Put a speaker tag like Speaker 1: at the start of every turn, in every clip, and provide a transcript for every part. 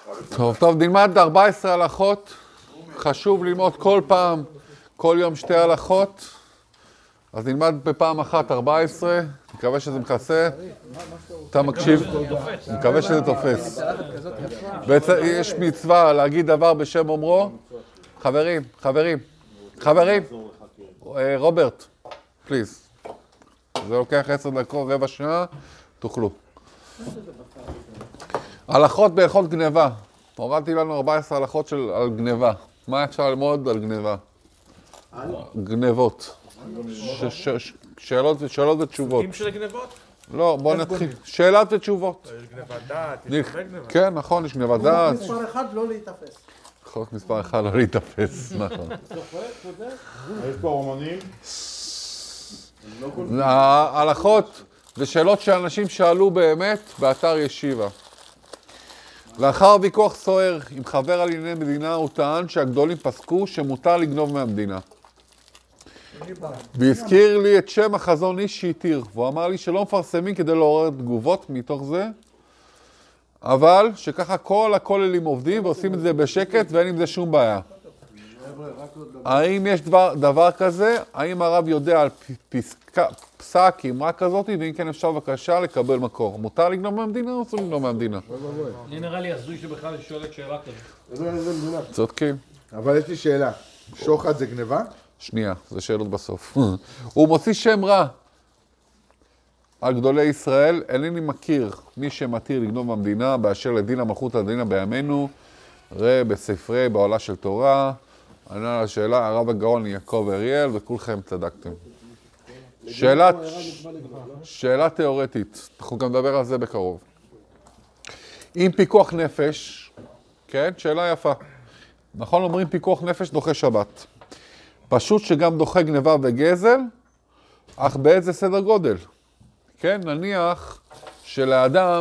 Speaker 1: טוב, נלמד 14 הלכות. חשוב ללמוד כל פעם, כל יום 2 הלכות. אז נלמד בפעם אחת 14. מקווה שזה מכסה. אתה מקשיב? מקווה שזה תופס. יש מצווה להגיד דבר בשם אומרו. חברים. רוברט, פליז. זה לוקח 10 דקות, רבע שעה, תאכלו. הלכות בהלכות גניבה. הורדתי לנו 14 הלכות על גניבה. מה אפשר ללמוד על גניבה? גניבות. שאלות ותשובות.
Speaker 2: סוגים של גניבות?
Speaker 1: לא, בואו נתחיל. שאלות ותשובות.
Speaker 2: יש גניבת דעת, יש הרבה גניבה.
Speaker 1: כן, נכון, יש גניבת דעת.
Speaker 3: מספר אחד לא להתאפס.
Speaker 1: חוק מספר 1 לא להתאפס, נכון.
Speaker 4: יש פה רומנים?
Speaker 1: ההלכות ושאלות שאנשים שאלו באמת באתר ישיבה. לאחר ויכוח סוער עם חבר על ענייני מדינה, הוא טען שהגדולים פסקו שמותר לגנוב מהמדינה. והזכיר לי את שם החזון איש שהתיר, והוא אמר לי שלא מפרסמים כדי לעורר תגובות מתוך זה, אבל שככה כל הכוללים עובדים ועושים את זה בשקט ואין עם זה שום בעיה. האם יש דבר כזה? האם הרב יודע על פסק אמרה כזאת, ואם כן אפשר בבקשה לקבל מקור? מותר לגנוב מהמדינה או אסור לגנוב מהמדינה?
Speaker 5: לי נראה לי הזוי שבכלל שואלת שאלה כזאת.
Speaker 1: צודקים.
Speaker 4: אבל יש לי שאלה, שוחד זה גניבה?
Speaker 1: שנייה, זה שאלות בסוף. הוא מוציא שם רע על גדולי ישראל. אינני מכיר מי שמתיר לגנוב מהמדינה באשר לדין המלכות הדינא בימינו, ראה בספרי בעולה של תורה. ענה לשאלה הרב הגאון יעקב אריאל, וכולכם צדקתם. שאלה תיאורטית, אנחנו גם נדבר על זה בקרוב. אם פיקוח נפש, כן, שאלה יפה. נכון, אומרים פיקוח נפש דוחה שבת. פשוט שגם דוחה גניבה וגזל, אך באיזה סדר גודל? כן, נניח שלאדם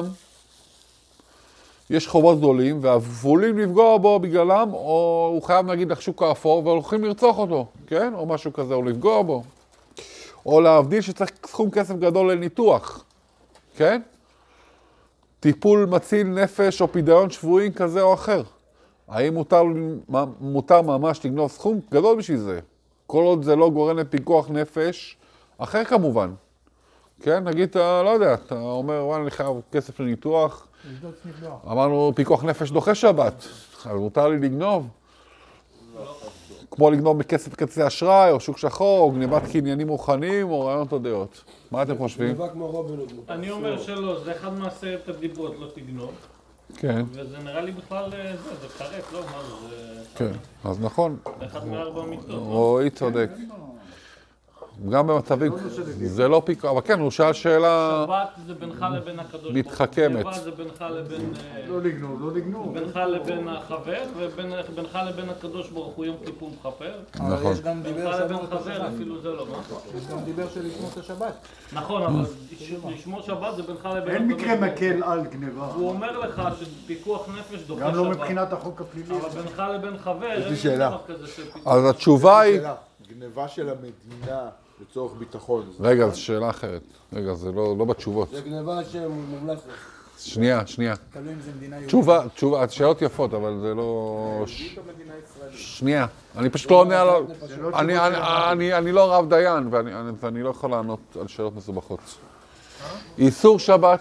Speaker 1: יש חובות גדולים, והפעולים לפגוע בו בגללם, או הוא חייב נגיד לשוק האפור, והולכים לרצוח אותו, כן? או משהו כזה, או לפגוע בו. או להבדיל שצריך סכום כסף גדול לניתוח, כן? טיפול מציל נפש או פדיון שבויים כזה או אחר. האם מותר ממש לגנוב סכום גדול בשביל זה? כל עוד זה לא גורם לפיקוח נפש, אחר כמובן. כן, נגיד, אתה לא יודע, אתה אומר, וואי, אני חייב כסף לניתוח. אמרנו, פיקוח נפש דוחה שבת. אבל מותר לי לגנוב. כמו לגנוב בכסף כרטיסי אשראי, או שוק שחור, או גניבת קניינים מוכנים, או רעיונות או דעות. מה אתם חושבים?
Speaker 5: אני אומר שלא, זה אחד מעשרת הדיברות, לא תגנוב.
Speaker 1: כן.
Speaker 5: וזה נראה לי בכלל, זה חרט, לא? מה זה?
Speaker 1: כן, אז נכון.
Speaker 5: זה אחד מ4 מיטות.
Speaker 1: רועי צודק. גם במצבים, זה לא פיקוח, אבל כן, הוא שאל שאלה
Speaker 5: שבת זה בינך לבין הקדוש ברוך הוא.
Speaker 1: מתחכמת.
Speaker 5: גניבה זה בינך לבין...
Speaker 3: לא לגנוב.
Speaker 5: בינך לבין החבר, ובינך לבין הקדוש ברוך הוא יום כיפור מכפר.
Speaker 1: נכון.
Speaker 3: יש גם
Speaker 5: בינך לבין חבר, אפילו זה לא, מה?
Speaker 3: יש גם דיבר של לשמור את השבת.
Speaker 5: נכון, אבל לשמור שבת זה בינך לבין
Speaker 6: אין
Speaker 5: הקדוש
Speaker 6: מקרה
Speaker 5: ברוך הוא.
Speaker 6: מקל על גניבה.
Speaker 5: הוא אומר לך שפיקוח נפש דוחה שבת.
Speaker 6: גם לא מבחינת החוק הפלילי.
Speaker 5: אבל בינך לבין חבר,
Speaker 4: יש לי שאלה.
Speaker 5: דבר כזה של פיקוח.
Speaker 1: אז התשובה היא...
Speaker 4: גניבה של המדינה לצורך ביטחון.
Speaker 1: רגע, זו שאלה אחרת. רגע, זה לא בתשובות.
Speaker 3: זה גניבה שמומלץ.
Speaker 1: שנייה.
Speaker 3: תלוי אם זה מדינה יהודית.
Speaker 1: תשובה, השאלות יפות, אבל זה לא... שנייה, אני פשוט לא עונה על... אני לא רב דיין, ואני לא יכול לענות על שאלות מסובכות. איסור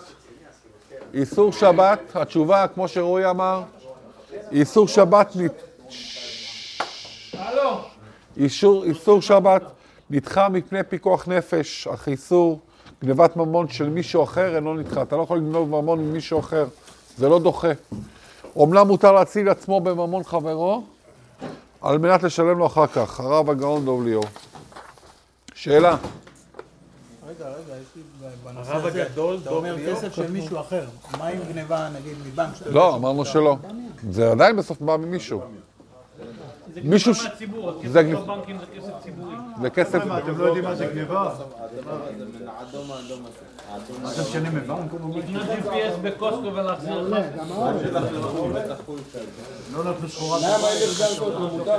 Speaker 1: שבת, התשובה, כמו שרועי אמר, איסור שבת... איסור שבת נדחה מפני פיקוח נפש, אך איסור גניבת ממון של מישהו אחר אינו נדחה. אתה לא יכול לגנוב ממון ממישהו אחר, זה לא דוחה. אומנם מותר להציל עצמו בממון חברו, על מנת לשלם לו אחר כך. הרב הגאון דב ליאור. שאלה.
Speaker 3: רגע, יש לי בנושא
Speaker 2: הרב
Speaker 3: הזה,
Speaker 2: הגדול,
Speaker 3: אתה אומר
Speaker 2: דב ליאור?
Speaker 3: כסף של מישהו אחר. מה עם גניבה, נגיד, מבנק?
Speaker 1: לא, אמרנו שלא. זה עדיין בסוף בא ממישהו.
Speaker 5: זה
Speaker 1: מישהו
Speaker 5: גניבה מהציבור, הכסף
Speaker 1: זה
Speaker 5: של הבנקים זה כסף ציבורי.
Speaker 1: זה כסף...
Speaker 6: מה, אתם לא יודעים מה זה גניבה? מה זה משנה מבנק?
Speaker 5: לקנות GPS בקוסטו ולהחזיר לך.
Speaker 6: לא נתנו סחורה. למה אין החזרת אותו? מותר לך.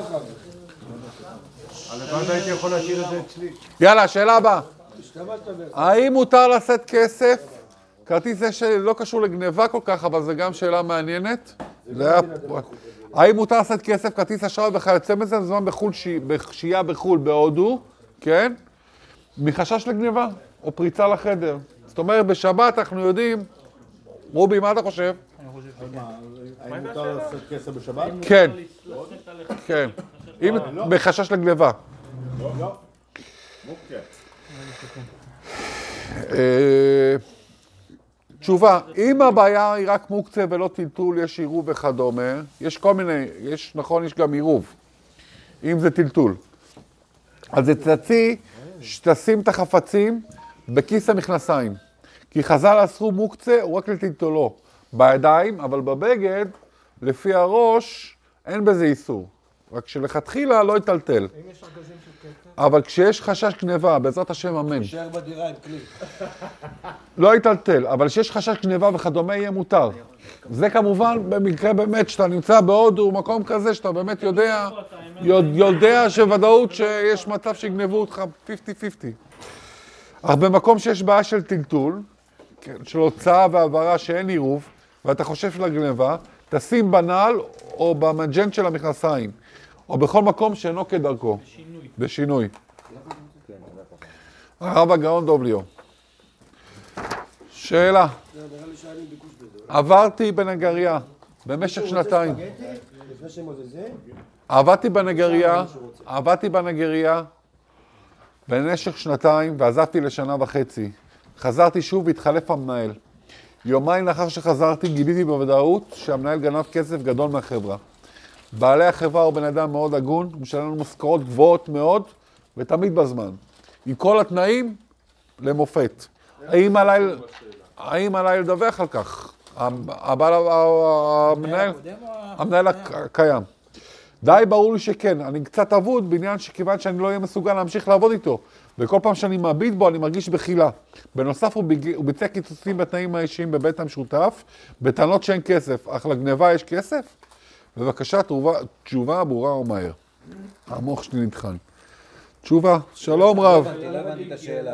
Speaker 6: הלוואי הייתי יכול להשאיר את זה אצלי.
Speaker 1: יאללה, שאלה הבאה. האם מותר לשאת כסף? כרטיס זה שלא קשור לגניבה כל כך, אבל זה גם שאלה מעניינת. זה היה... האם מותר לשאת כסף, כרטיס אשראי וכיוצא מזה בזמן שהייה בחו"ל, בהודו, כן? מחשש לגניבה או פריצה לחדר. זאת אומרת, בשבת אנחנו יודעים... רובי, מה אתה חושב?
Speaker 4: האם מותר לשאת כסף בשבת?
Speaker 1: כן, כן. אם בחשש לגניבה.
Speaker 4: לא. אוקיי.
Speaker 1: תשובה, אם הבעיה היא רק מוקצה ולא טלטול, יש עירוב וכדומה, יש כל מיני, נכון, יש גם עירוב, אם זה טלטול. אז תצאי שתשים את החפצים בכיס המכנסיים, כי חז"ל אסרו מוקצה הוא רק לטלטולו, בידיים, אבל בבגד, לפי הראש, אין בזה איסור. רק שלכתחילה לא יטלטל.
Speaker 3: אם יש ארגזים של כסף?
Speaker 1: אבל כשיש חשש גניבה, בעזרת השם אמן.
Speaker 3: תישאר בדירה עם כלי.
Speaker 1: לא יטלטל, אבל כשיש חשש גניבה וכדומה יהיה מותר. זה כמובן במקרה באמת שאתה נמצא בהודו, מקום כזה שאתה באמת יודע שוודאות שיש מצב שיגנבו אותך 50-50. אך במקום שיש בעיה של טלטול, של הוצאה והעברה שאין עירוב, ואתה חושב של הגניבה, תשים בנעל או במג'נט של המכנסיים, או בכל מקום שאינו כדרכו. בשינוי. הרב הגאון דוב ליאור. שאלה. עברתי בנגריה במשך שנתיים. עבדתי בנגריה במשך שנתיים ועזבתי לשנה וחצי. חזרתי שוב והתחלף המנהל. יומיים לאחר שחזרתי גיליתי בוודאות שהמנהל גנב כסף גדול מהחברה. בעלי החברה הוא בן אדם מאוד הגון, הוא משלם לנו משכורות גבוהות מאוד ותמיד בזמן. עם כל התנאים למופת. האם עליי לדווח על כך? המנהל הקיים. די ברור לי שכן, אני קצת אבוד בעניין שכיוון שאני לא אהיה מסוגל להמשיך לעבוד איתו. וכל פעם שאני מביט בו אני מרגיש בחילה. בנוסף הוא ביצע קיצוצים בתנאים האישיים בבית המשותף, בטענות שאין כסף, אך לגניבה יש כסף? בבקשה, תשובה ברורה או מהר. המוח שלי נטחן. תשובה, שלום רב.
Speaker 3: לא הבנתי את השאלה.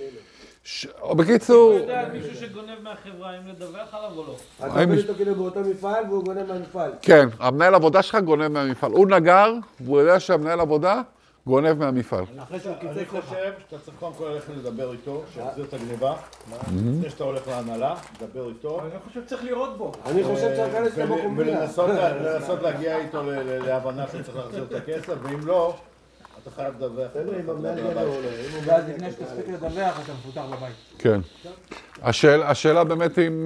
Speaker 1: בקיצור...
Speaker 5: אתה יודע על מישהו שגונב מהחברה, אם לדווח עליו או לא?
Speaker 7: אתה עובד איתו כאילו באותו מפעל והוא גונב מהמפעל.
Speaker 1: כן, המנהל עבודה שלך גונב מהמפעל. הוא נגר, והוא יודע שהמנהל עבודה גונב מהמפעל.
Speaker 3: אחרי שהוא קיצץ
Speaker 4: אני
Speaker 3: לך.
Speaker 4: חושב שאתה צריך קודם כל ללכת לדבר איתו, שיחזיר את הגניבה. לפני שאתה הולך להנהלה, דבר איתו.
Speaker 6: אני חושב שצריך לראות בו.
Speaker 7: אני חושב שצריך להיכנס כמו קומבינה.
Speaker 4: ולנסות להגיע איתו להבנה שצריך להחזיר את הכסף, ואם לא, אתה חייב לדווח.
Speaker 3: ואז לפני שתספיק לדווח אתה מפוטר בבית.
Speaker 1: כן. השאלה באמת עם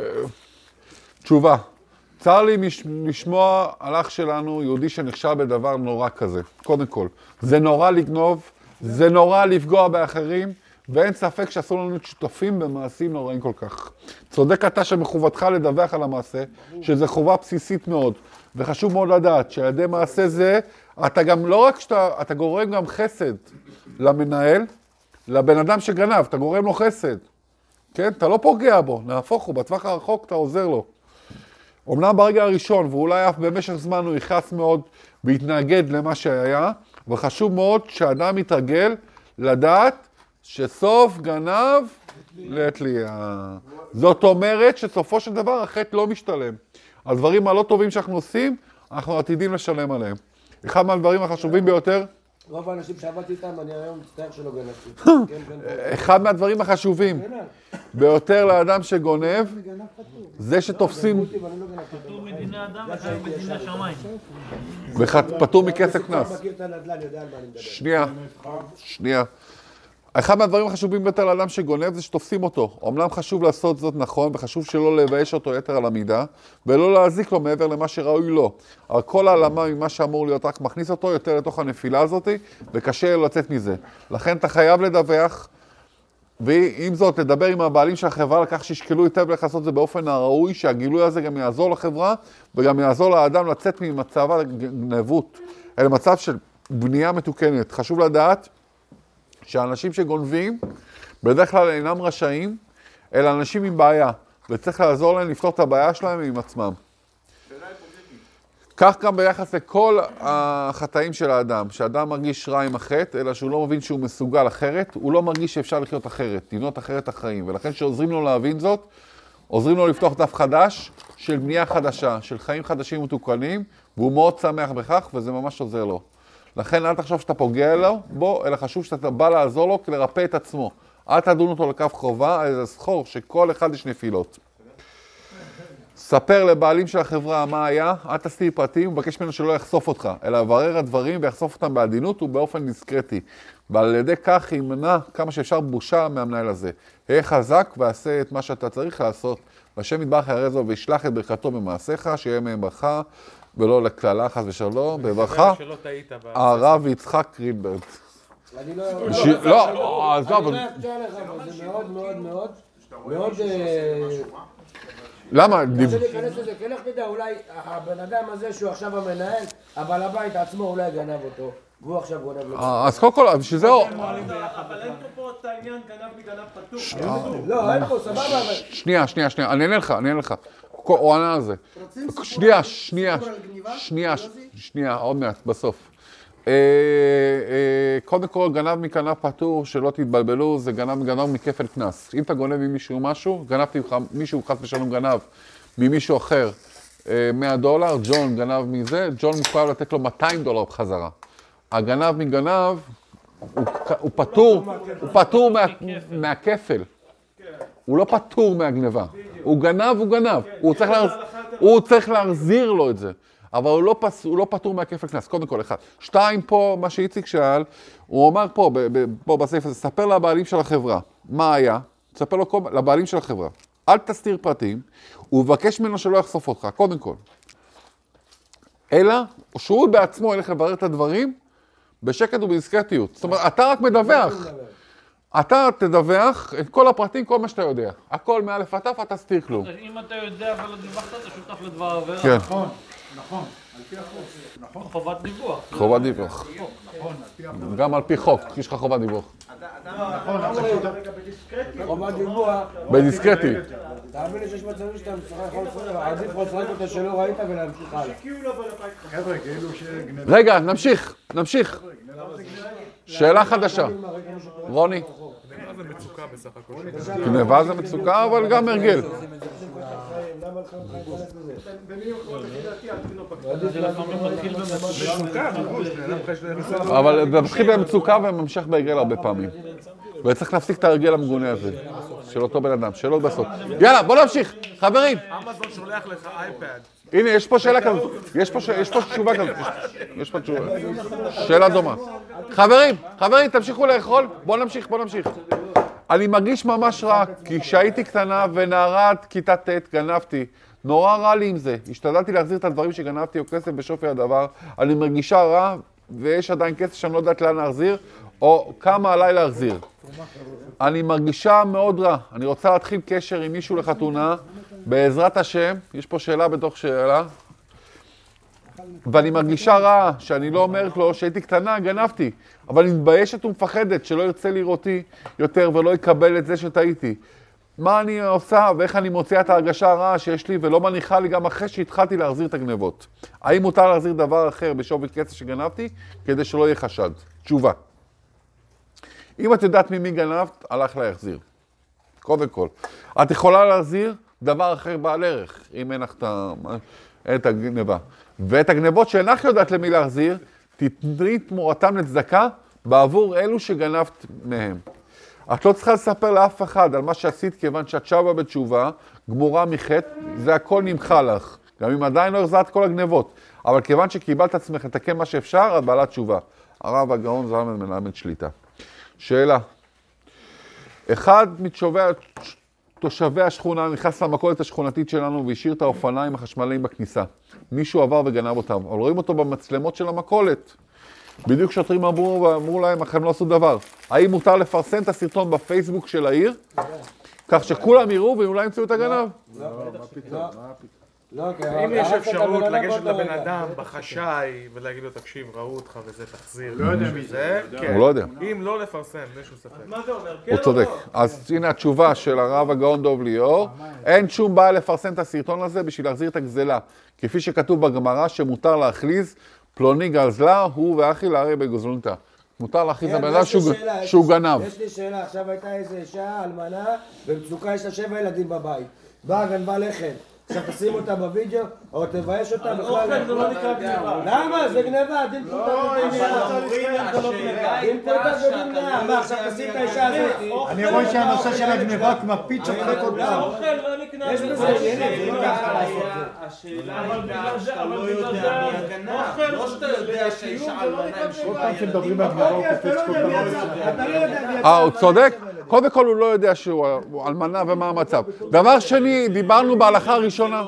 Speaker 1: תשובה. צר לי לשמוע על אח שלנו, יהודי שנכשל בדבר נורא כזה. קודם כל, זה נורא לגנוב, זה נורא לפגוע באחרים, ואין ספק שאסור לנו להיות שותפים במעשים נוראים כל כך. צודק אתה שמחובתך לדווח על המעשה, שזה חובה בסיסית מאוד, וחשוב מאוד לדעת שעל ידי מעשה זה, אתה גם לא רק אתה גורם גם חסד למנהל, לבן אדם שגנב, אתה גורם לו חסד. כן? אתה לא פוגע בו, נהפוך הוא, בטווח הרחוק אתה עוזר לו. אמנם ברגע הראשון, ואולי אף במשך זמן הוא יכעס מאוד והתנגד למה שהיה, וחשוב מאוד שאדם יתרגל לדעת שסוף גנב לתלייה. זאת אומרת שסופו של דבר החטא לא משתלם. הדברים הלא טובים שאנחנו עושים, אנחנו עתידים לשלם עליהם. אחד מהדברים החשובים ביותר,
Speaker 7: רוב האנשים שעבדתי איתם, אני היום מצטער שלא גנבתי.
Speaker 1: אחד מהדברים החשובים ביותר לאדם שגונב, זה שתופסים,
Speaker 5: פטור מדיני אדם וחי בדיני שמיים.
Speaker 1: פטור מכסף קנס.
Speaker 7: מכיר את הנדל"ן, יודע על מה אני מדבר.
Speaker 1: שנייה. אחד מהדברים החשובים ביותר לאדם שגונב זה שתופסים אותו. אומנם חשוב לעשות זאת נכון, וחשוב שלא לבייש אותו יתר על המידה, ולא להזיק לו מעבר למה שראוי לו. אבל כל העלמה ממה שאמור להיות רק מכניס אותו יותר לתוך הנפילה הזאת, וקשה לצאת מזה. לכן אתה חייב לדווח, ועם זאת, לדבר עם הבעלים של החברה, לכך שישקלו היטב איך לעשות זה באופן הראוי, שהגילוי הזה גם יעזור לחברה, וגם יעזור לאדם לצאת ממצב הגנבות, אל מצב של בנייה מתוקנת. חשוב לדעת שאנשים שגונבים בדרך כלל אינם רשאים, אלא אנשים עם בעיה, וצריך לעזור להם לפתור את הבעיה שלהם עם עצמם. כך גם ביחס לכל החטאים של האדם, שהאדם מרגיש רע עם החטא, אלא שהוא לא מבין שהוא מסוגל אחרת, הוא לא מרגיש שאפשר לחיות אחרת, לבנות אחרת החיים, ולכן שעוזרים לו להבין זאת, עוזרים לו לפתוח דף חדש של בנייה חדשה, של חיים חדשים ומתוקנים, והוא מאוד שמח בכך, וזה ממש עוזר לו. לכן אל תחשוב שאתה פוגע בו, אלא חשוב שאתה בא לעזור לו כדי לרפא את עצמו. אל תדון אותו לקו חובה, אלא זכור שכל אחד יש נפילות. ספר לבעלים של החברה מה היה, אל תסתיר פרטים, ובקש ממנו שלא יחשוף אותך, אלא יברר הדברים ויחשוף אותם בעדינות ובאופן דיסקרטי. ועל ידי כך ימנע כמה שאפשר בושה מהמנהל הזה. היה חזק ועשה את מה שאתה צריך לעשות, והשם יתברך יראה זו וישלח את ברכתו במעשיך, שיהיה מהם ברכה ולא לקללה, חס ושלום, בברכה. הרב יצחק גרינברג.
Speaker 7: אני
Speaker 1: לא,
Speaker 7: לא אפשר לך, אבל זה מאוד מאוד מאוד מאוד...
Speaker 1: למה?
Speaker 7: אני רוצה להיכנס לזה, כן לך תדע, אולי הבן אדם הזה שהוא עכשיו המנהל, אבל הבית עצמו אולי גנב אותו, והוא עכשיו גונב לו.
Speaker 1: אז קודם כל, בשביל זה...
Speaker 2: אבל אין פה את העניין גנב מגנב פתוח.
Speaker 7: לא, אין פה, סבבה, אבל...
Speaker 1: שנייה, אני אענה לך. הוא ענה על זה. שנייה, עוד מעט, בסוף. קודם כל, גנב מכנף פטור, שלא תתבלבלו, זה גנב מכפל קנס. אם אתה גונב ממישהו משהו, גנבתי מישהו חס ושלום גנב ממישהו אחר $100, ג'ון גנב מזה, ג'ון מוכרח לתת לו $200 בחזרה. הגנב מגנב, הוא פטור מהכפל. הוא לא פטור מהגנבה. הוא גנב. הוא צריך להחזיר לו את זה. אבל הוא לא פטור מהכפל קנס, קודם כל אחד. 2, פה, מה שאיציק שאל, הוא אומר פה בסעיף הזה, ספר לבעלים של החברה, מה היה? ספר לו לבעלים של החברה. אל תסתיר פרטים, ובקש ממנו שלא יחשוף אותך, קודם כל. אלא, שהוא בעצמו ילך לברר את הדברים, בשקט ובדיסקרטיות. זאת אומרת, אתה רק מדווח. אתה תדווח את כל הפרטים, כל מה שאתה יודע. הכל מאלף עד תף, אתה תסתיר כלום.
Speaker 5: אם אתה יודע ולא דיווחת, אתה שותף לדבר עבירה.
Speaker 1: כן.
Speaker 6: נכון, על פי החוק. נכון.
Speaker 5: חובת דיווח.
Speaker 1: חובת דיווח.
Speaker 6: נכון, על פי החוק.
Speaker 1: גם על פי חוק, יש לך חובת דיווח.
Speaker 6: נכון,
Speaker 7: חומת דיווח.
Speaker 1: בדיסקרטי.
Speaker 7: תאמין לי שיש מצבים שאתה יכול לעשות, אבל עדיף לצרק אותה שלא ראית ולהמשיך הלאה.
Speaker 6: חבר'ה, כאילו שגנבה.
Speaker 1: רגע, נמשיך. שאלה חדשה. רוני. גנבה זה מצוקה, אבל גם הרגל. אבל זה מתחיל במצוקה וממשיך בהרגל הרבה פעמים. וצריך להפסיק את ההרגל המגונה הזה, של אותו בן אדם, שאלות בסוף. יאללה, בוא נמשיך, חברים.
Speaker 2: אמזון שולח לך אייפד.
Speaker 1: הנה, יש פה שאלה כזאת, יש פה תשובה כזאת, יש פה תשובה. שאלה דומה. חברים, תמשיכו לאכול, בוא נמשיך. אני מרגיש ממש רע, כי כשהייתי קטנה ונערת כיתה ט' גנבתי. נורא רע לי עם זה. השתדלתי להחזיר את הדברים שגנבתי או כסף בשופי הדבר. אני מרגישה רע, ויש עדיין כסף שאני לא יודעת לאן להחזיר, או כמה עליי להחזיר. אני מרגישה מאוד רע. אני רוצה להתחיל קשר עם מישהו לחתונה, בעזרת השם, יש פה שאלה בתוך שאלה, ואני מרגישה רע שאני לא אומרת לו שהייתי קטנה, גנבתי, אבל אני מתביישת ומפחדת שלא ירצה לראותי יותר ולא יקבל את זה שטעיתי. מה אני עושה ואיך אני מוציאה את ההרגשה הרעה שיש לי ולא מניחה לי גם אחרי שהתחלתי להחזיר את הגנבות? האם מותר להחזיר דבר אחר בשווי כסף שגנבתי כדי שלא יהיה חשד? תשובה. אם את יודעת ממי גנבת, הלך להחזיר. קודם כל. את יכולה להחזיר דבר אחר בעל ערך, אם אין לך את הגנבה. ואת הגנבות שאינך יודעת למי להחזיר, תתני תמורתם לצדקה בעבור אלו שגנבת מהם. את לא צריכה לספר לאף אחד על מה שעשית, כיוון שאת שבה בתשובה, גמורה מחטא, זה הכל נמחה לך. גם אם עדיין לא החזרת כל הגנבות. אבל כיוון שקיבלת עצמך לתקן מה שאפשר, את בעלת תשובה. הרב הגאון זלמן מלמד שליטה. שאלה. אחד מתושבי השכונה נכנס למכולת השכונתית שלנו והשאיר את האופניים החשמליים בכניסה. מישהו עבר וגנב אותם, אבל רואים אותו במצלמות של המכולת. בדיוק שוטרים אמרו להם, אך הם לא עשו דבר. האם מותר לפרסם את הסרטון בפייסבוק של העיר? כך שכולם יראו ואולי ימצאו את הגנב?
Speaker 2: אם יש אפשרות לגשת לבן אדם בחשאי ולהגיד לו, תקשיב, ראו אותך וזה תחזיר.
Speaker 6: לא יודע מי זה.
Speaker 1: הוא לא יודע.
Speaker 2: אם לא לפרסם, מישהו ספק.
Speaker 5: מה זה אומר?
Speaker 1: הוא צודק. אז הנה התשובה של הרב הגאון דוב ליאור. אין שום בעיה לפרסם את הסרטון הזה בשביל להחזיר את הגזלה. כפי שכתוב בגמרא שמותר להכליז, פלוני גזלה, הוא ואחי להרי בגוזלונתה. מותר להכליז לבן אדם שהוא גנב.
Speaker 7: יש לי שאלה, עכשיו הייתה איזו אישה, אלמנה, במצוקה יש לה 7 ילדים בבית. באה גנבה לחם. עכשיו תשים אותה בווידאו, או תבייש אותה בכלל.
Speaker 3: אוכל זה לא נקרא גניבה.
Speaker 7: למה? זה גניבה, דין פרוטה דין פרוטה זה גניבה. מה, עכשיו תשים את האישה הזאת?
Speaker 6: אני רואה שהנושא של הגניבה מקפיץ אותך כל פעם.
Speaker 3: אוכל לא נקנה.
Speaker 7: יש בזה עניין,
Speaker 3: השאלה היא שאתה לא יודע מי הגנב. לא שאתה יודע שהאישה אלמנה עם
Speaker 6: כל פעם שמדברים על גניבה הוא קופץ כל פעם.
Speaker 1: הוא צודק. קודם כל הוא לא יודע שהוא אלמנה ומה המצב. דבר שני, דיברנו בהלכה הראשונה.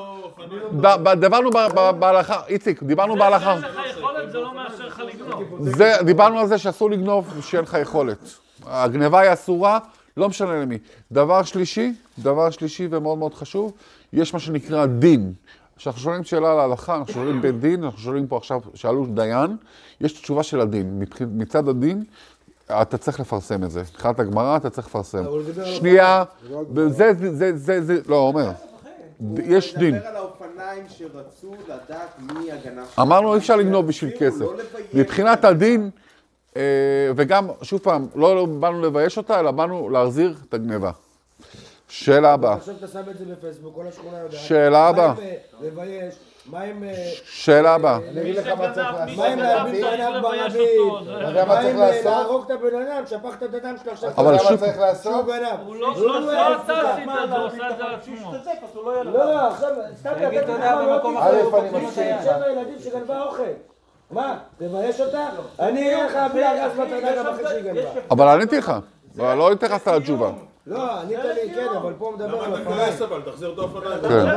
Speaker 1: איציק, דיברנו בהלכה.
Speaker 5: יש לך יכולת, זה לא מאשר לך לגנוב.
Speaker 1: דיברנו על זה שאסור לגנוב שאין לך יכולת. הגניבה היא אסורה, לא משנה למי. דבר שלישי ומאוד מאוד חשוב, יש מה שנקרא דין. כשאנחנו שואלים שאלה על ההלכה, אנחנו שואלים בית דין, אנחנו שואלים פה עכשיו, שאלו דיין, יש תשובה של הדין. מצד הדין, אתה צריך לפרסם את זה. מבחינת הגמרא, אתה צריך לפרסם. שנייה, לא, אומר. יש דין.
Speaker 8: מדבר על האופניים שרצו לדעת מי הגנב.
Speaker 1: אמרנו, אי אפשר לגנוב בשביל כסף. מבחינת הדין, וגם, שוב פעם, לא באנו לבייש אותה, אלא באנו להחזיר את הגניבה. שאלה הבאה.
Speaker 7: עכשיו אתה שם את זה בפייסבוק, כל השכונה יודעת.
Speaker 1: שאלה הבאה.
Speaker 7: מה עם לבייש? מה עם...
Speaker 1: שאלה הבאה.
Speaker 6: אני אגיד לך מה צריך לעשות.
Speaker 7: מה עם להביא גנב ברבים?
Speaker 6: אתה יודע מה צריך לעשות?
Speaker 7: להרוג את הבן אדם, שפכת את הדם שלו עכשיו.
Speaker 1: אבל
Speaker 6: אתה יודע
Speaker 1: שוב,
Speaker 6: מה צריך לעשות?
Speaker 7: שהוא גנב.
Speaker 5: הוא לא אתה עשית את זה, הוא עושה את זה על עצמו.
Speaker 7: לא, עכשיו, סתם לתת לך במקום
Speaker 6: אחר. אני מסכים.
Speaker 7: 7 ילדים שגנבה אוכל. מה, תבייש אותה? אני אראה לך בלי ארגז מתנה גם אחרי שהיא גנבה.
Speaker 1: אבל עניתי לך. לא התייחסת לתשובה.
Speaker 7: לא, ענית לי, כן, אבל פה מדבר על אופניים.
Speaker 4: אבל תחזיר את האופניים.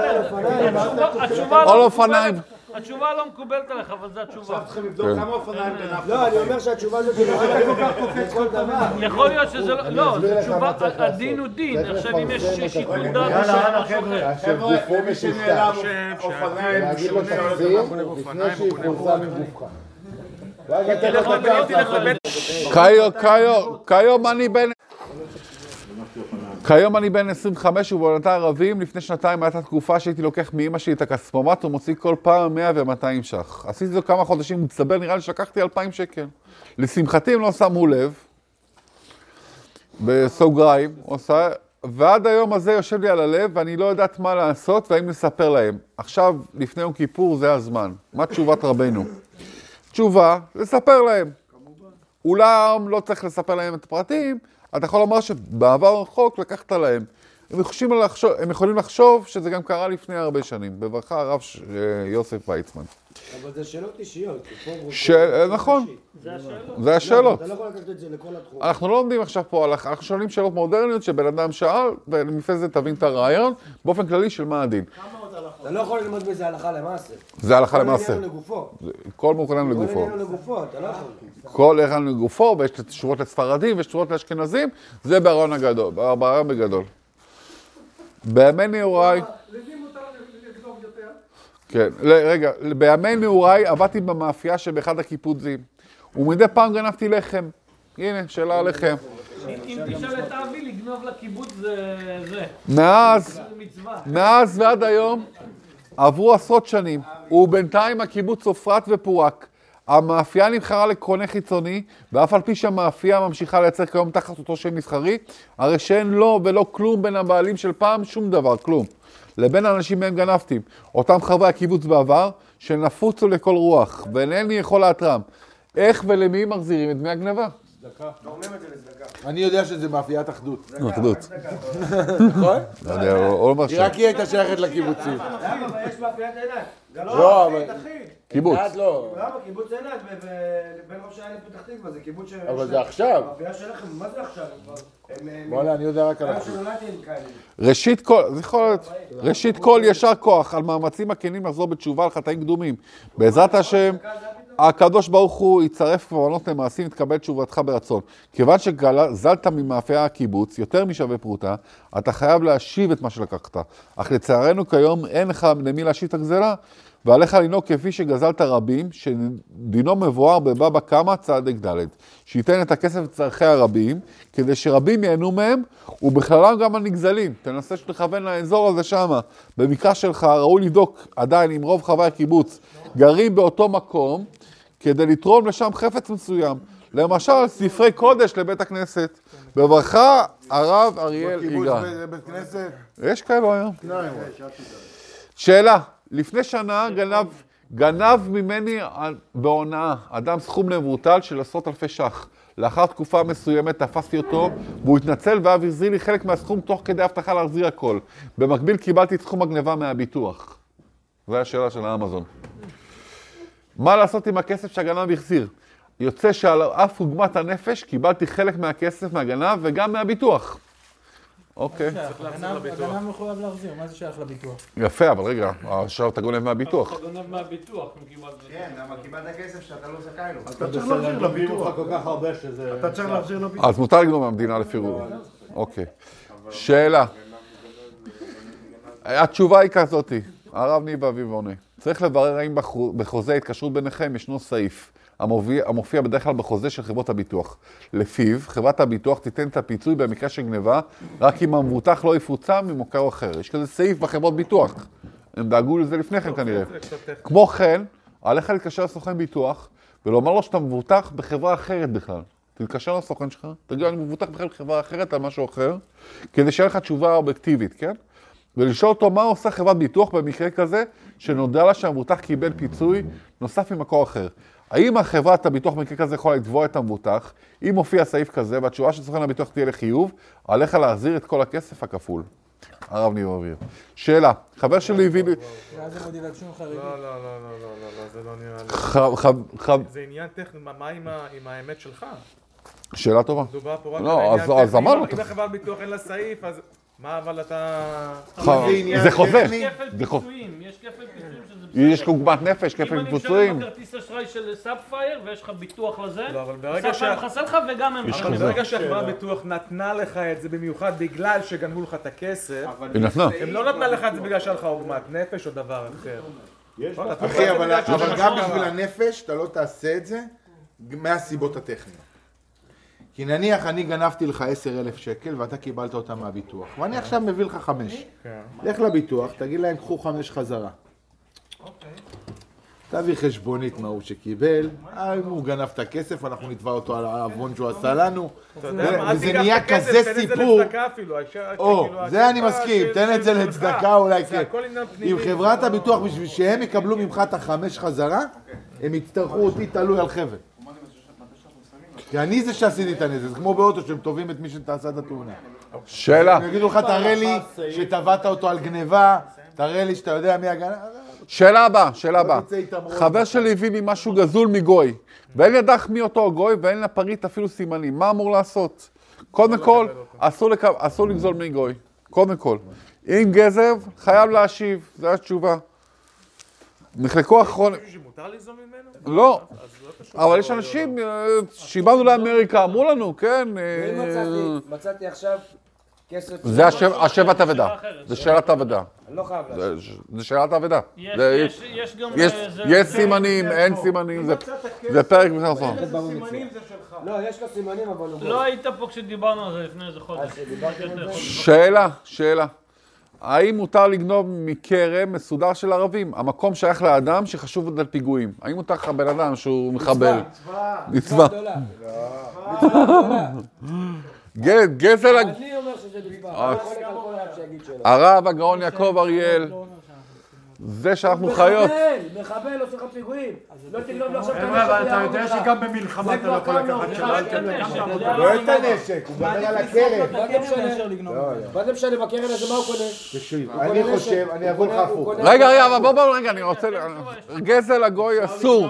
Speaker 1: על אופניים.
Speaker 5: התשובה לא מקובלת עליך, אבל זו התשובה.
Speaker 6: צריכים לבדוק כמה אופניים גנבת.
Speaker 7: לא, אני אומר שהתשובה הזאת היא לא כל כך קופץ כל דבר.
Speaker 5: יכול להיות שזה לא, זו תשובה, הדין הוא דין. עכשיו אם יש שיקול דעת,
Speaker 6: יאללה,
Speaker 5: משהו אחר.
Speaker 6: חבר'ה, מי שנעלם אופניים,
Speaker 4: להגיד
Speaker 6: שהוא
Speaker 4: תחזיר,
Speaker 6: לפני שיפורסם עם גופך.
Speaker 1: כיום אני בן 25 ובעונתה ערבים. לפני שנתיים הייתה תקופה שהייתי לוקח מאמא שלי את הכספומט ומוציא כל פעם 100 ו-200 ש"ח. עשיתי זה כמה חודשים, מצטבר, נראה לי שלקחתי 2,000 שקל. לשמחתי הם לא שמו לב, בסוגריים, ועד היום הזה יושב לי על הלב ואני לא יודעת מה לעשות והאם לספר להם. עכשיו, לפני יום כיפור, זה הזמן. מה תשובת רבנו? תשובה, לספר להם. אולם לא צריך לספר להם את הפרטים, אתה יכול לומר שבעבר רחוק לקחת להם. הם יכולים לחשוב שזה גם קרה לפני הרבה שנים. בברכה הרב יוסף ויצמן.
Speaker 7: אבל זה שאלות אישיות.
Speaker 1: נכון, זה השאלות.
Speaker 7: אתה לא יכול לקחת את זה לכל התחום.
Speaker 1: אנחנו לא עומדים עכשיו פה, אנחנו שואלים שאלות מודרניות שבן אדם שאל, ולפני זה תבין את הרעיון, באופן כללי של מה הדין.
Speaker 7: אתה לא יכול ללמוד בזה הלכה למעשה.
Speaker 1: זה הלכה למעשה.
Speaker 7: כל עניין לגופו.
Speaker 1: כל מוכנן לגופו.
Speaker 7: כל עניין לגופו, אתה לא יכול.
Speaker 1: כל עניין לגופו, ויש תשובות לספרדים ויש תשובות לאשכנזים, זה ברעיון הגדול, ברעיון בגדול. בימי נעוריי... כן, רגע, בימי נעוריי עבדתי במאפייה שבאחד הקיבוצים, ומדי פעם גנבתי לחם. הנה, שאלה על לחם.
Speaker 5: אם תשאל את אבי לגנוב לקיבוץ זה.
Speaker 1: מאז ועד היום עברו עשרות שנים, ובינתיים הקיבוץ הופרט ופורק. המאפייה נבחרה לקונה חיצוני, ואף על פי שהמאפייה ממשיכה לייצר כיום תחת אותו שם מסחרי, הרי שאין לו ולא כלום בין הבעלים של פעם, שום דבר, כלום. לבין האנשים מהם גנבתי, אותם חברי הקיבוץ בעבר, שנפוצו לכל רוח, ואינני יכול לאתרם. איך ולמי מחזירים את דמי הגנבה?
Speaker 9: אני יודע שזה מאפיית אחדות.
Speaker 1: אחדות.
Speaker 9: נכון?
Speaker 1: היא
Speaker 9: רק היא הייתה שייכת לקיבוצים.
Speaker 7: למה? אבל יש מאפיית עינת.
Speaker 9: לא, אבל...
Speaker 1: קיבוץ.
Speaker 9: לא.
Speaker 7: למה? קיבוץ עינת בין ראש העין לפתח תקווה, זה קיבוץ של...
Speaker 9: אבל זה עכשיו.
Speaker 7: מאפייה שלכם, מה זה עכשיו?
Speaker 9: בוא'נה, אני יודע רק על אחדות.
Speaker 7: שנולדתי עם כאלה.
Speaker 1: ראשית כל ישר כוח על מאמצים הכנים לחזור בתשובה על חטאים קדומים. בעזרת השם, הקדוש ברוך הוא יצרף כוונות למעשים, תקבל תשובתך ברצון. כיוון שגזלת ממאפייה הקיבוץ יותר משווה פרוטה, אתה חייב להשיב את מה שלקחת. אך לצערנו כיום אין לך למי להשיב את הגזלה, ועליך לנהוג כפי שגזלת רבים, שדינו מבואר בבבא קמא צדק ד', שייתן את הכסף לצרכי הרבים, כדי שרבים ייהנו מהם, ובכללם גם הנגזלים. תנסה שתכוון לאזור הזה שמה. במקרה שלך ראוי לבדוק עדיין אם רוב חברי הקיבוץ גרים באותו מקום, כדי לתרום לשם חפץ מסוים. למשל, ספרי קודש לבית הכנסת. בברכה, הרב אריאל
Speaker 9: קיבוץ
Speaker 1: יגאל.
Speaker 9: בית כנסת?
Speaker 1: יש כאלו היום. שאלה, לפני שנה גנב ממני בהונאה אדם סכום מבוטל של עשרות אלפי ש"ח. לאחר תקופה מסוימת תפסתי אותו, והוא התנצל ואף החזיר לי חלק מהסכום תוך כדי הבטחה להחזיר הכל. במקביל קיבלתי את סכום הגניבה מהביטוח. זו השאלה של האמזון. מה לעשות עם הכסף שהגנב החזיר? יוצא שעל אף עוגמת הנפש קיבלתי חלק מהכסף מהגנב וגם מהביטוח. אוקיי.
Speaker 6: הגנב מחויב להחזיר, מה זה שייך לביטוח?
Speaker 1: יפה, אבל רגע, עכשיו אתה גונב מהביטוח.
Speaker 5: אתה גונב מהביטוח, אם קיבלת.
Speaker 8: כן, למה קיבלת כסף שאתה לא זכאי לו.
Speaker 4: אתה צריך להחזיר לביטוח כל כך הרבה שזה...
Speaker 6: אתה צריך להחזיר לו ביטוח.
Speaker 1: אז מותר לגנוב מהמדינה לפי רוב. אוקיי. שאלה. התשובה היא כזאתי, הרב ניב ואביב עונה. צריך לברר האם בחוזה התקשרות ביניכם ישנו סעיף המופיע בדרך כלל בחוזה של חברות הביטוח. לפיו, חברת הביטוח תיתן את הפיצוי במקרה של גניבה, רק אם המבוטח לא יפוצה ממוכר אחר. יש כזה סעיף בחברות ביטוח. הם דאגו לזה לפני כן כנראה. כמו כן, עליך להתקשר לסוכן ביטוח, ולומר לו שאתה מבוטח בחברה אחרת בכלל. תתקשר לסוכן שלך, תגיד, אני מבוטח בכלל בחברה אחרת על משהו אחר, כדי שיהיה לך תשובה אובייקטיבית, כן? ולשאול אותו מה עושה חברת ביטוח במקרה כזה, שנודע לה שהמבוטח קיבל פיצוי נוסף ממקור אחר. האם החברת הביטוח במקרה כזה יכולה לתבוע את המבוטח? אם מופיע סעיף כזה, והתשובה של סוכן הביטוח תהיה לחיוב, עליך להחזיר את כל הכסף הכפול. הרב ניב ואביב. שאלה, חבר שלי הביא לי...
Speaker 6: ואז הם עוד יבקשו חריגים.
Speaker 2: לא, זה לא נראה לי. זה עניין טכני, מה עם האמת שלך?
Speaker 1: שאלה טובה.
Speaker 2: מדובר פה רק על
Speaker 1: לא,
Speaker 2: העניין
Speaker 1: אז אמרנו...
Speaker 2: אם החברת ביטוח אין לה סעיף, אז מה אבל אתה...
Speaker 1: זה חוזה.
Speaker 5: יש כפל פיצויים, יש כפל פיצויים שזה בסדר.
Speaker 1: יש עוגמת נפש, כפל פיצויים.
Speaker 5: אם אני משלם בכרטיס אשראי של סאבפייר ויש לך ביטוח לזה,
Speaker 2: לא, אבל ברגע
Speaker 5: סאבפייר חסר לך וגם הם...
Speaker 2: אבל ברגע שהחברת ביטוח נתנה לך את זה במיוחד בגלל שגנבו לך את הכסף,
Speaker 1: היא נתנה.
Speaker 2: הם לא נתנה לך את זה בגלל שהיה לך עוגמת נפש או דבר אחר.
Speaker 9: אחי, אבל גם בשביל הנפש, אתה לא תעשה את זה מהסיבות הטכניות. כי נניח אני גנבתי לך 10,000 שקל ואתה קיבלת אותה מהביטוח, ואני עכשיו מביא לך 5. לך לביטוח, תגיד להם, קחו 5 חזרה. תביא חשבונית מה הוא שקיבל, אם הוא גנב את הכסף, אנחנו נתבע אותו על העוון שהוא עשה לנו, וזה נהיה כזה סיפור. זה אני מסכים, תן את זה לצדקה אולי כן. עם חברת הביטוח, בשביל שהם יקבלו ממך את 5 חזרה, הם יצטרכו אותי תלוי על חבל. כי אני זה שעשיתי את הנזק, זה כמו באוטו שהם טובים את מי שתעשה את התאונה.
Speaker 1: שאלה.
Speaker 9: הם יגידו לך, תראה לי שטבעת אותו על גניבה, תראה לי שאתה יודע מי הגנב.
Speaker 1: שאלה הבאה. חבר שלי הביא לי משהו גזול מגוי, ואין ידח מי אותו הגוי, ואין לפריט אפילו סימנים. מה אמור לעשות? קודם כל, אסור לגזול מגוי. קודם כל. אם גזב, חייב להשיב. זו התשובה. נחלקו אחרונים.
Speaker 2: מותר לגזול ממנו?
Speaker 1: לא. אבל יש אנשים שבאנו לאמריקה, אמרו לנו, כן.
Speaker 7: מצאתי עכשיו כסף...
Speaker 1: זה השאלת אבדה. זה שאלת אבדה.
Speaker 7: אני לא חייב לעשות.
Speaker 1: זה שאלת אבדה.
Speaker 5: יש גם...
Speaker 1: יש סימנים, אין סימנים, זה פרק בפני עצמו.
Speaker 6: סימנים זה שלך.
Speaker 7: לא, יש לו סימנים, אבל הוא...
Speaker 5: לא היית פה כשדיברנו על זה לפני איזה חודש.
Speaker 1: שאלה. האם מותר לגנוב מכרם מסודר של ערבים? המקום שייך לאדם שחשוב על פיגועים. האם מותר לך בן אדם שהוא מחבל? מצווה. גזל...
Speaker 7: אני אומר שזה מצווה.
Speaker 1: הרב הגאון יעקב אריאל. זה שאנחנו חיות.
Speaker 7: מחבל עושה לך פיגועים. לא תגנוב לו עכשיו את
Speaker 6: הנשק. אבל אתה יודע שגם במלחמה אתה לא יכול לקחת שלך.
Speaker 9: לא את הנשק, הוא מדבר על הקרן.
Speaker 7: מה זה משנה, בקרן הזה מה הוא קונה?
Speaker 9: תקשיב, אני חושב, אני אבוא לך הפוך.
Speaker 1: רגע, אבל בוא, אני רוצה... גזל הגוי אסור.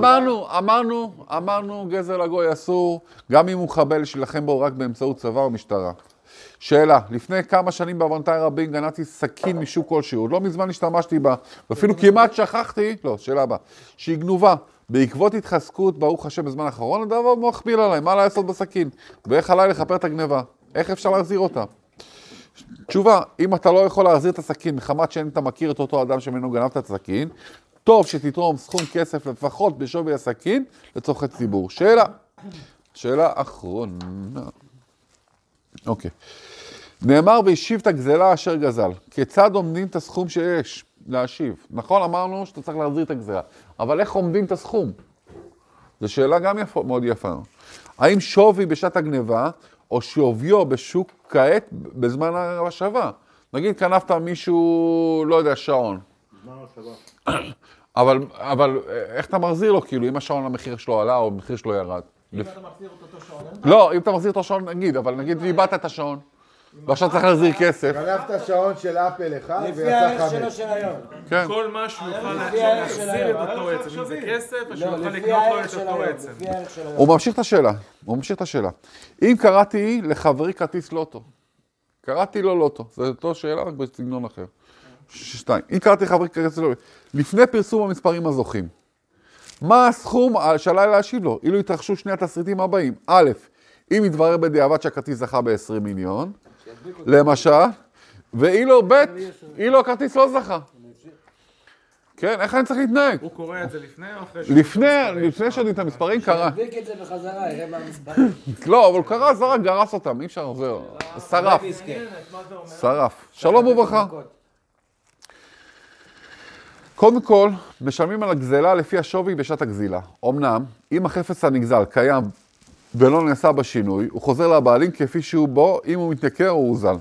Speaker 1: אמרנו, גזל הגוי אסור, גם אם הוא מחבל שילחם בו רק באמצעות צבא או משטרה. שאלה, לפני כמה שנים בעוונותיי רבים גנבתי סכין משוק כלשהו, לא מזמן השתמשתי בה, ואפילו כמעט שכחתי, לא, שאלה הבאה, שהיא גנובה, בעקבות התחזקות, ברוך השם בזמן האחרון, הדבר מכפיל עליי, מה לעשות בסכין, ואיך עליי לכפר את הגניבה, איך אפשר להחזיר אותה? תשובה, אם אתה לא יכול להחזיר את הסכין, מחמת שאין אתה מכיר את אותו אדם שממנו גנבת את הסכין, טוב שתתרום סכום כסף לפחות בשווי הסכין לצורכי ציבור. שאלה אחרונה. אוקיי. נאמר והשיב את הגזלה אשר גזל. כיצד עומדים את הסכום שיש להשיב? נכון, אמרנו שאתה צריך להחזיר את הגזלה. אבל איך עומדים את הסכום? זו שאלה גם מאוד יפה. האם שווי בשעת הגניבה, או שוויו בשוק כעת בזמן ההשבה? נגיד, קנבת מישהו, לא יודע, שעון. אבל איך אתה מחזיר לו, כאילו, אם השעון המחיר שלו עלה, או המחיר שלו ירד?
Speaker 5: אם אתה מחזיר אותו שעון?
Speaker 1: לא, אם אתה מחזיר אותו שעון, נגיד, אבל נגיד, איבדת את השעון, ועכשיו צריך להחזיר כסף.
Speaker 9: קנבת שעון של אפל אחד,
Speaker 7: לפי
Speaker 9: ויצא
Speaker 7: הערך
Speaker 9: 5.
Speaker 7: שלו של היום.
Speaker 1: כן.
Speaker 2: כל מה שהוא יוכל להחזיר את אותו עצם, אם זה כסף, או שהוא יוכל לקנות לו את אותו עצם.
Speaker 7: לפי הערך של היום.
Speaker 1: הוא ממשיך את השאלה. אם קראתי לחברי כרטיס לוטו, קראתי לו לוטו, זו אותו שאלה, רק בסגנון אחר. 2. אם קראתי לחברי כרטיס לוטו, לפני פרסום המספרים הזוכים, מה הסכום שעליי להשיב לו? אילו יתרחשו שני התסריטים הבאים. א', אם יתברר בדיעבד שהכרטיס זכה ב-20 מיליון, למשל, ואילו ב', אילו הכרטיס לא זכה. כן, איך אני צריך להתנהג?
Speaker 2: הוא קורא את זה לפני או אחרי
Speaker 1: לפני שיודעים את המספרים, קרה.
Speaker 7: תדביק את זה בחזרה, יראה מה המספרים.
Speaker 1: לא, אבל קרה, זרק, גרס אותם, אי אפשר, זהו. שרף. שלום וברכה. קודם כל, משלמים על הגזלה לפי השווי בשעת הגזילה. אמנם, אם החפץ הנגזל קיים ולא נעשה בשינוי, הוא חוזר לבעלים כפי שהוא בו, אם הוא מתנקר או הוזל.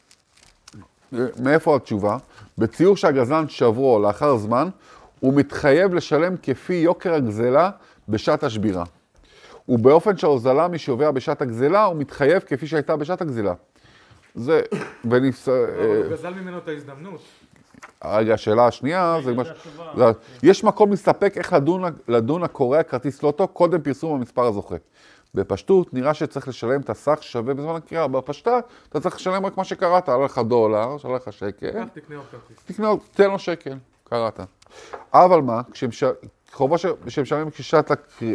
Speaker 1: מאיפה התשובה? בציור שהגזלן שברו לאחר זמן, הוא מתחייב לשלם כפי יוקר הגזלה בשעת השבירה. ובאופן שההוזלה משוויה בשעת הגזלה, הוא מתחייב כפי שהייתה בשעת הגזילה. זה,
Speaker 2: הוא גזל ממנו את ההזדמנות.
Speaker 1: רגע, השאלה השנייה, יש מקום להסתפק איך לדון הקורא כרטיס לוטו קודם פרסום המספר הזוכה. בפשטות, נראה שצריך לשלם את הסך שווה בזמן הקריאה. בפשטה, אתה צריך לשלם רק מה שקראת, עלה לך $1, עלה לך שקל.
Speaker 2: תקנה עוד כרטיס.
Speaker 1: תן לו שקל, קראת. אבל מה, חובה שמשלמים כשעת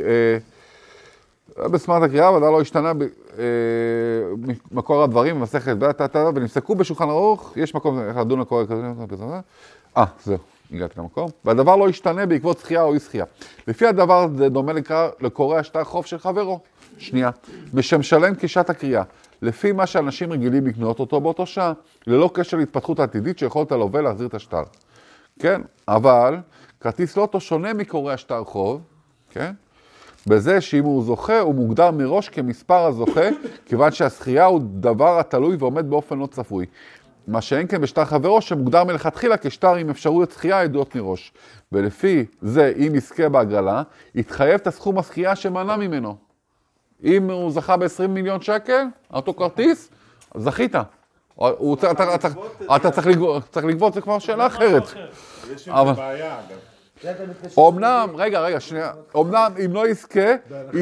Speaker 1: בסמרת הקריאה, ודאי לא השתנה מקור הדברים במסכת ונפסקו בשולחן ערוך, יש מקום לדון הקורא כזה, זהו, הגעתי למקום. והדבר לא ישתנה בעקבות זכייה או אי זכייה. לפי הדבר זה דומה לקורא השטר חוב של חברו. שנייה, משלם כשעת הקריאה, לפי מה שאנשים רגילים לקנות אותו באותו שעה, ללא קשר להתפתחות העתידית שיכולת לווה להחזיר את השטר. כן, אבל כרטיס לוטו שונה מקורא השטר חוב, כן? בזה שאם הוא זוכה, הוא מוגדר מראש כמספר הזוכה, כיוון שהזכייה הוא דבר התלוי ועומד באופן לא צפוי. מה שאין כן בשטר חברו, שמוגדר מלכתחילה כשטר עם אפשרויות זכייה ידועות מראש. ולפי זה, אם יזכה בהגרלה, יתחייב את הסכום הזכייה שמנע ממנו. אם הוא זכה ב-20 מיליון שקל, אותו כרטיס, זכית. אתה צריך לגבות, זה כבר שאלה אחרת.
Speaker 4: יש עם זה בעיה, אגב.
Speaker 1: אומנם, רגע, שנייה, אומנם אם לא יזכה,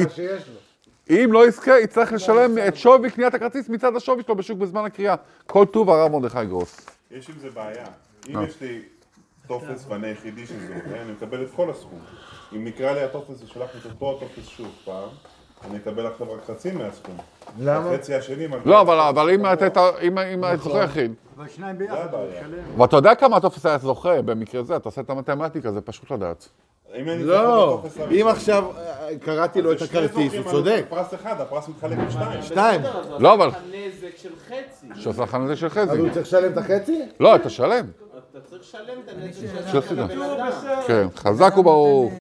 Speaker 1: יצטרך לשלם את שווי קניית הכרטיס מצד השווי שלו בשוק בזמן הקריאה. כל טוב הרב מרדכי גרוס.
Speaker 10: יש עם זה בעיה. אם יש לי טופס ואני היחידי של זה, אני מקבל את כל הסכום. אם נקרא לי הטופס ושולח לי את אותו הטופס שוב פעם, אני אקבל עכשיו רק חצי מהסכום.
Speaker 9: למה?
Speaker 10: החצי השני...
Speaker 1: לא, אבל אם אתה זוכה יחיד.
Speaker 6: אבל שניים ביחד,
Speaker 1: ואתה יודע כמה הטופס היה זוכה במקרה זה, אתה עושה את המתמטיקה, זה פשוט לדעת.
Speaker 9: לא, אם עכשיו קראתי לו את הכרטיס, הוא צודק.
Speaker 10: פרס אחד, הפרס מתחלק בשתיים.
Speaker 9: שתיים.
Speaker 1: לא, אבל...
Speaker 3: הנזק של חצי.
Speaker 1: שעושה לך נזק של חצי.
Speaker 9: אז הוא צריך לשלם את החצי?
Speaker 1: לא, אתה שלם.
Speaker 3: אתה צריך לשלם את הנזק של הבן אדם.
Speaker 1: כן, חזק וברור.